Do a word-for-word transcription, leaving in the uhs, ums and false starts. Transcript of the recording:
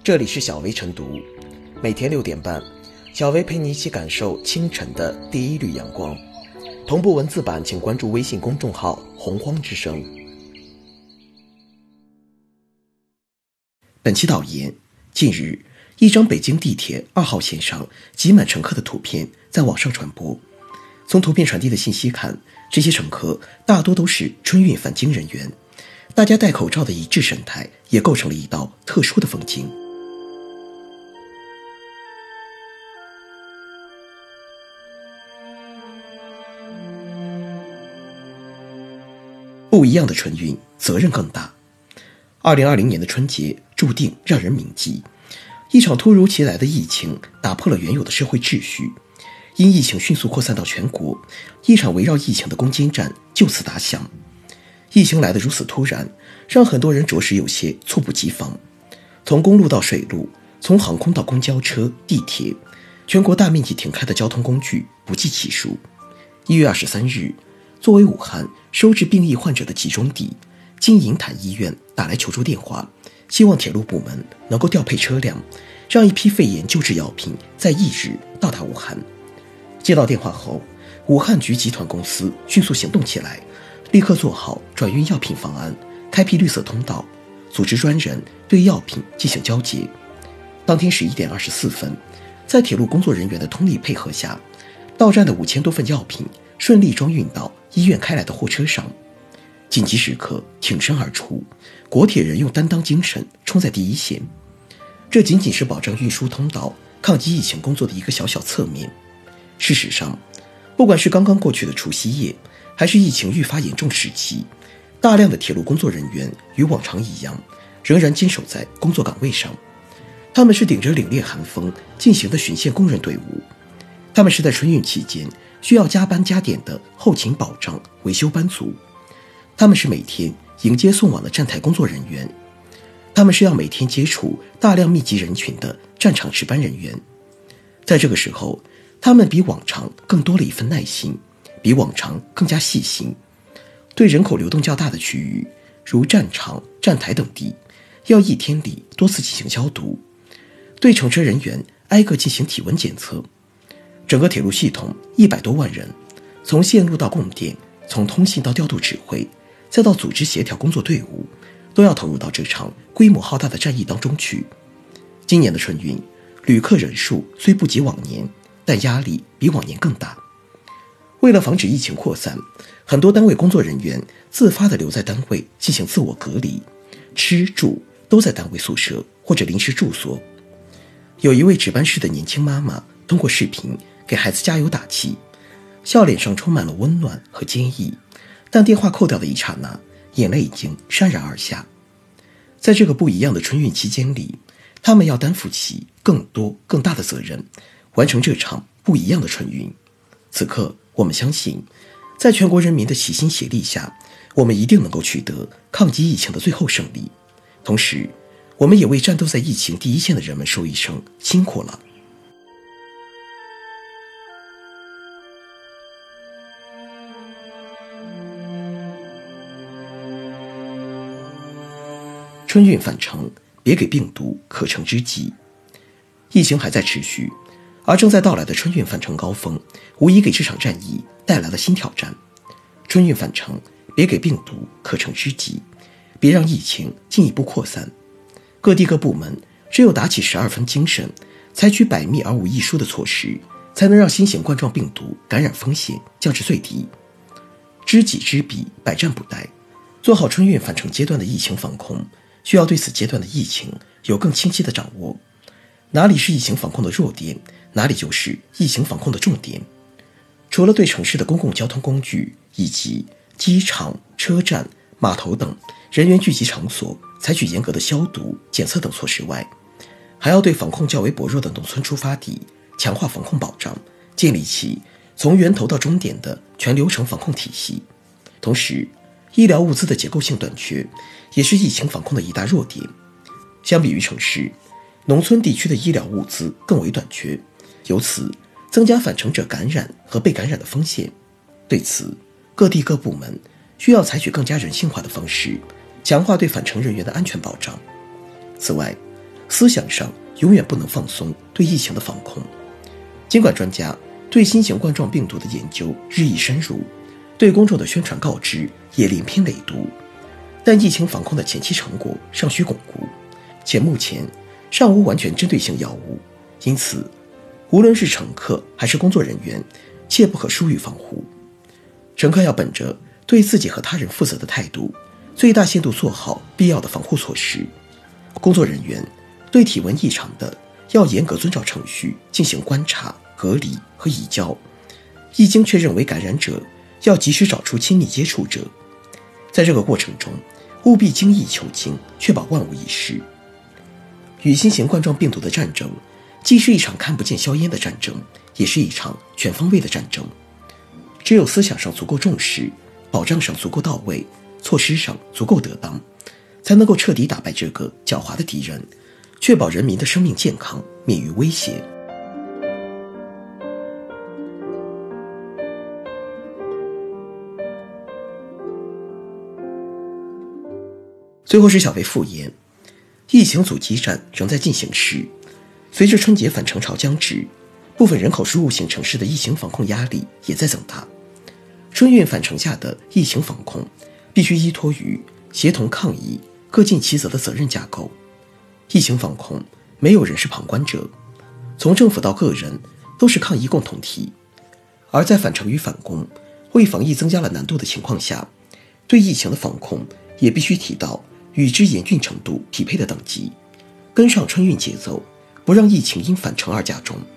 这里是小薇晨读，每天六点半，小薇陪你一起感受清晨的第一缕阳光。同步文字版请关注微信公众号洪荒之声。本期导言：近日，一张北京地铁二号线上挤满乘客的图片在网上传播。从图片传递的信息看，这些乘客大多都是春运返京人员，大家戴口罩的一致神态也构成了一道特殊的风景。不一样的春运，责任更大。二零二零年的春节注定让人铭记，一场突如其来的疫情打破了原有的社会秩序，因疫情迅速扩散到全国，一场围绕疫情的攻坚战就此打响。疫情来得如此突然，让很多人着实有些猝不及防。从公路到水路，从航空到公交车、地铁，全国大面积停开的交通工具不计其数。一月二十三日，作为武汉收治病疫患者的集中地，金银潭医院打来求助电话，希望铁路部门能够调配车辆，让一批肺炎救治药品在翌日到达武汉。接到电话后，武汉局集团公司迅速行动起来，立刻做好转运药品方案，开辟绿色通道，组织专人对药品进行交接。当天十一点二十四分，在铁路工作人员的通力配合下，到站的五千多份药品顺利装运到医院开来的货车上。紧急时刻挺身而出，国铁人用担当精神冲在第一线。这仅仅是保障运输通道、抗击疫情工作的一个小小侧面。事实上，不管是刚刚过去的除夕夜，还是疫情愈发严重时期，大量的铁路工作人员与往常一样，仍然坚守在工作岗位上。他们是顶着凛冽寒风进行的巡线工人队伍，他们是在春运期间需要加班加点的后勤保障维修班组，他们是每天迎接送往的站台工作人员，他们是要每天接触大量密集人群的站场值班人员。在这个时候，他们比往常更多了一份耐心，比往常更加细心。对人口流动较大的区域，如站场、站台等地，要一天里多次进行消毒，对乘车人员挨个进行体温检测。整个铁路系统一百多万人，从线路到供电，从通信到调度指挥，再到组织协调工作队伍，都要投入到这场规模浩大的战役当中去。今年的春运，旅客人数虽不及往年，但压力比往年更大。为了防止疫情扩散，很多单位工作人员自发地留在单位进行自我隔离，吃住都在单位宿舍或者临时住所。有一位值班室的年轻妈妈通过视频给孩子加油打气，笑脸上充满了温暖和坚毅，但电话扣掉的一刹那，眼泪已经潸然而下。在这个不一样的春运期间里，他们要担负起更多更大的责任，完成这场不一样的春运。此刻我们相信，在全国人民的齐心协力下，我们一定能够取得抗击疫情的最后胜利。同时，我们也为战斗在疫情第一线的人们说一声辛苦了。春运返程，别给病毒可乘之机。疫情还在持续，而正在到来的春运返程高峰，无疑给这场战役带来了新挑战。春运返程，别给病毒可乘之机，别让疫情进一步扩散。各地各部门只有打起十二分精神，采取百密而无一疏的措施，才能让新型冠状病毒感染风险降至最低。知己知彼，百战不殆。做好春运返程阶段的疫情防控，需要对此阶段的疫情有更清晰的掌握。哪里是疫情防控的弱点，哪里就是疫情防控的重点。除了对城市的公共交通工具以及机场、车站、码头等人员聚集场所采取严格的消毒、检测等措施外，还要对防控较为薄弱的农村出发地强化防控保障，建立起从源头到终点的全流程防控体系。同时，医疗物资的结构性短缺也是疫情防控的一大弱点。相比于城市，农村地区的医疗物资更为短缺，由此增加返程者感染和被感染的风险。对此，各地各部门需要采取更加人性化的方式，强化对返程人员的安全保障。此外， 思想上永远不能放松对疫情的防控。尽管专家对新型冠状病毒的研究日益深入，对公众的宣传告知也连篇累牍，但疫情防控的前期成果尚需巩固，且目前尚无完全针对性药物，因此无论是乘客还是工作人员，切不可疏于防护。乘客要本着对自己和他人负责的态度，最大限度做好必要的防护措施。工作人员对体温异常的，要严格遵照程序进行观察、隔离和移交。一经确认为感染者，要及时找出亲密接触者。在这个过程中，务必精益求精，确保万无一失。与新型冠状病毒的战争，既是一场看不见硝烟的战争，也是一场全方位的战争。只有思想上足够重视，保障上足够到位，措施上足够得当，才能够彻底打败这个狡猾的敌人，确保人民的生命健康免于威胁。最后是小贝复言，疫情阻击战仍在进行时，随着春节返程潮将至，部分人口输入型城市的疫情防控压力也在增大。春运返程下的疫情防控，必须依托于协同抗疫、各尽其责的责任架构。疫情防控没有人是旁观者，从政府到个人都是抗疫共同体。而在返程与返工为防疫增加了难度的情况下，对疫情的防控也必须提到与之严峻程度匹配的等级，跟上春运节奏，不让疫情因返程而加重。